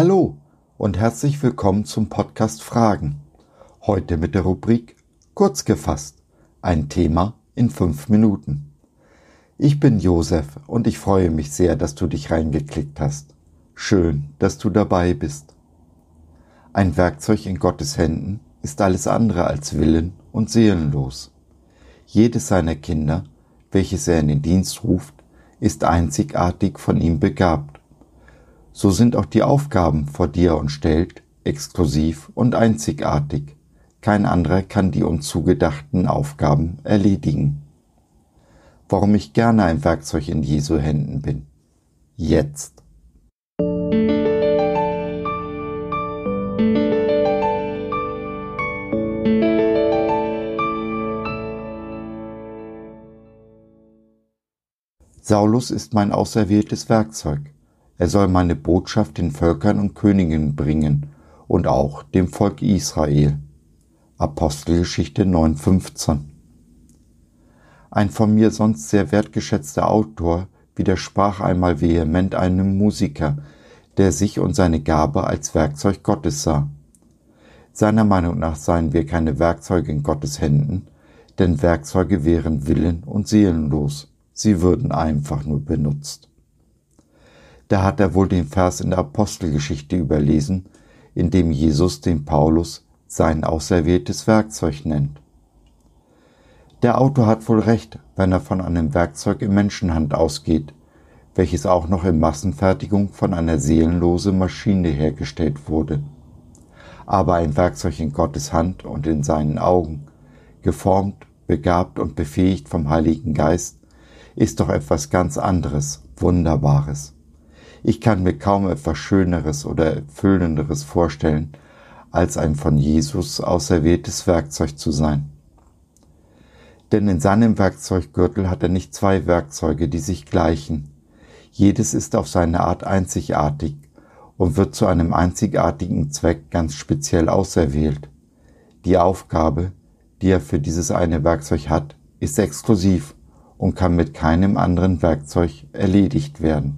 Hallo und herzlich willkommen zum Podcast Fragen. Heute mit der Rubrik Kurz gefasst, ein Thema in 5 Minuten. Ich bin Josef und ich freue mich sehr, dass du dich reingeklickt hast. Schön, dass du dabei bist. Ein Werkzeug in Gottes Händen ist alles andere als willen- und seelenlos. Jedes seiner Kinder, welches er in den Dienst ruft, ist einzigartig von ihm begabt. So sind auch die Aufgaben, vor die er uns stellt, exklusiv und einzigartig. Kein anderer kann die uns zugedachten Aufgaben erledigen. Warum ich gerne ein Werkzeug in Jesu Händen bin. Jetzt. Saulus ist mein auserwähltes Werkzeug. Er soll meine Botschaft den Völkern und Königen bringen und auch dem Volk Israel. Apostelgeschichte 9,15. Ein von mir sonst sehr wertgeschätzter Autor widersprach einmal vehement einem Musiker, der sich und seine Gabe als Werkzeug Gottes sah. Seiner Meinung nach seien wir keine Werkzeuge in Gottes Händen, denn Werkzeuge wären willen- und seelenlos. Sie würden einfach nur benutzt. Da hat er wohl den Vers in der Apostelgeschichte überlesen, in dem Jesus den Paulus sein auserwähltes Werkzeug nennt. Der Autor hat wohl recht, wenn er von einem Werkzeug in Menschenhand ausgeht, welches auch noch in Massenfertigung von einer seelenlosen Maschine hergestellt wurde. Aber ein Werkzeug in Gottes Hand und in seinen Augen, geformt, begabt und befähigt vom Heiligen Geist, ist doch etwas ganz anderes, Wunderbares. Ich kann mir kaum etwas Schöneres oder Erfüllenderes vorstellen, als ein von Jesus auserwähltes Werkzeug zu sein. Denn in seinem Werkzeuggürtel hat er nicht 2 Werkzeuge, die sich gleichen. Jedes ist auf seine Art einzigartig und wird zu einem einzigartigen Zweck ganz speziell auserwählt. Die Aufgabe, die er für dieses eine Werkzeug hat, ist exklusiv und kann mit keinem anderen Werkzeug erledigt werden.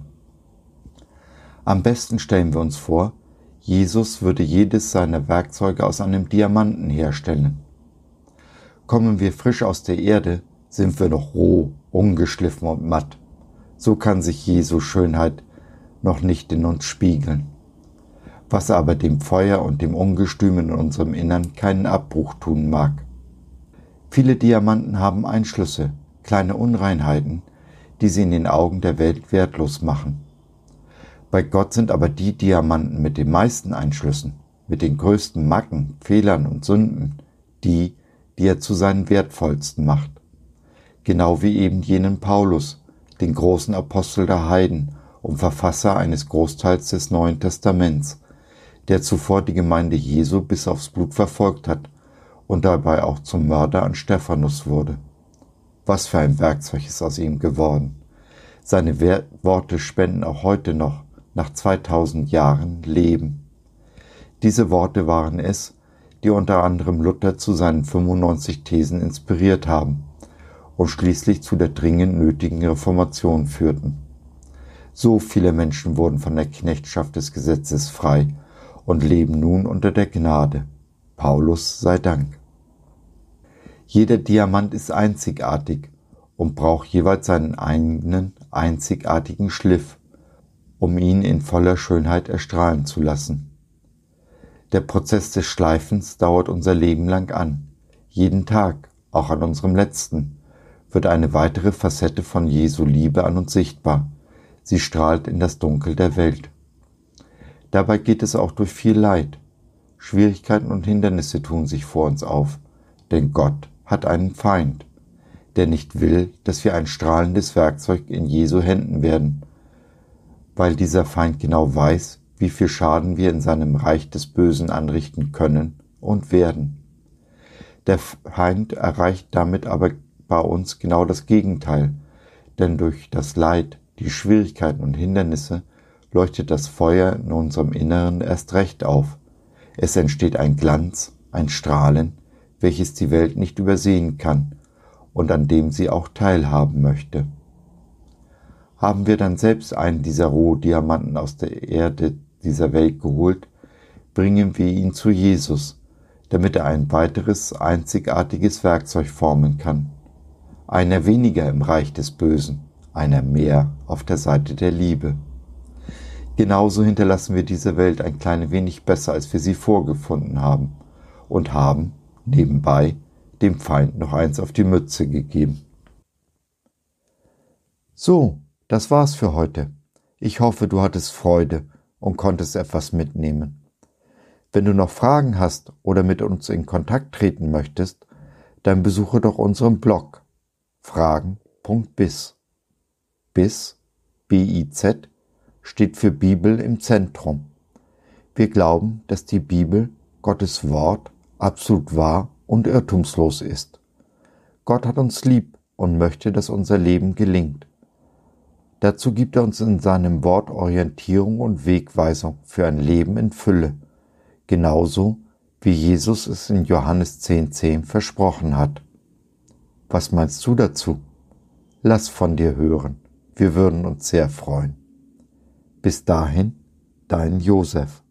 Am besten stellen wir uns vor, Jesus würde jedes seiner Werkzeuge aus einem Diamanten herstellen. Kommen wir frisch aus der Erde, sind wir noch roh, ungeschliffen und matt. So kann sich Jesu Schönheit noch nicht in uns spiegeln. Was aber dem Feuer und dem Ungestüm in unserem Innern keinen Abbruch tun mag. Viele Diamanten haben Einschlüsse, kleine Unreinheiten, die sie in den Augen der Welt wertlos machen. Bei Gott sind aber die Diamanten mit den meisten Einschlüssen, mit den größten Macken, Fehlern und Sünden, die er zu seinen wertvollsten macht. Genau wie eben jenen Paulus, den großen Apostel der Heiden und Verfasser eines Großteils des Neuen Testaments, der zuvor die Gemeinde Jesu bis aufs Blut verfolgt hat und dabei auch zum Mörder an Stephanus wurde. Was für ein Werkzeug ist aus ihm geworden. Seine Worte spenden auch heute noch, nach 2000 Jahren, Leben. Diese Worte waren es, die unter anderem Luther zu seinen 95 Thesen inspiriert haben und schließlich zu der dringend nötigen Reformation führten. So viele Menschen wurden von der Knechtschaft des Gesetzes frei und leben nun unter der Gnade. Paulus sei Dank. Jeder Diamant ist einzigartig und braucht jeweils seinen eigenen einzigartigen Schliff, um ihn in voller Schönheit erstrahlen zu lassen. Der Prozess des Schleifens dauert unser Leben lang an. Jeden Tag, auch an unserem letzten, wird eine weitere Facette von Jesu Liebe an uns sichtbar. Sie strahlt in das Dunkel der Welt. Dabei geht es auch durch viel Leid. Schwierigkeiten und Hindernisse tun sich vor uns auf, denn Gott hat einen Feind, der nicht will, dass wir ein strahlendes Werkzeug in Jesu Händen werden, weil dieser Feind genau weiß, wie viel Schaden wir in seinem Reich des Bösen anrichten können und werden. Der Feind erreicht damit aber bei uns genau das Gegenteil, denn durch das Leid, die Schwierigkeiten und Hindernisse leuchtet das Feuer in unserem Inneren erst recht auf. Es entsteht ein Glanz, ein Strahlen, welches die Welt nicht übersehen kann und an dem sie auch teilhaben möchte. Haben wir dann selbst einen dieser Rohdiamanten aus der Erde dieser Welt geholt, bringen wir ihn zu Jesus, damit er ein weiteres, einzigartiges Werkzeug formen kann. Einer weniger im Reich des Bösen, einer mehr auf der Seite der Liebe. Genauso hinterlassen wir diese Welt ein klein wenig besser, als wir sie vorgefunden haben und haben, nebenbei, dem Feind noch eins auf die Mütze gegeben. So, das war's für heute. Ich hoffe, du hattest Freude und konntest etwas mitnehmen. Wenn du noch Fragen hast oder mit uns in Kontakt treten möchtest, dann besuche doch unseren Blog fragen.biz. Biz, B-I-Z, steht für Bibel im Zentrum. Wir glauben, dass die Bibel, Gottes Wort, absolut wahr und irrtumslos ist. Gott hat uns lieb und möchte, dass unser Leben gelingt. Dazu gibt er uns in seinem Wort Orientierung und Wegweisung für ein Leben in Fülle, genauso wie Jesus es in Johannes 10,10 versprochen hat. Was meinst du dazu? Lass von dir hören, wir würden uns sehr freuen. Bis dahin, dein Josef.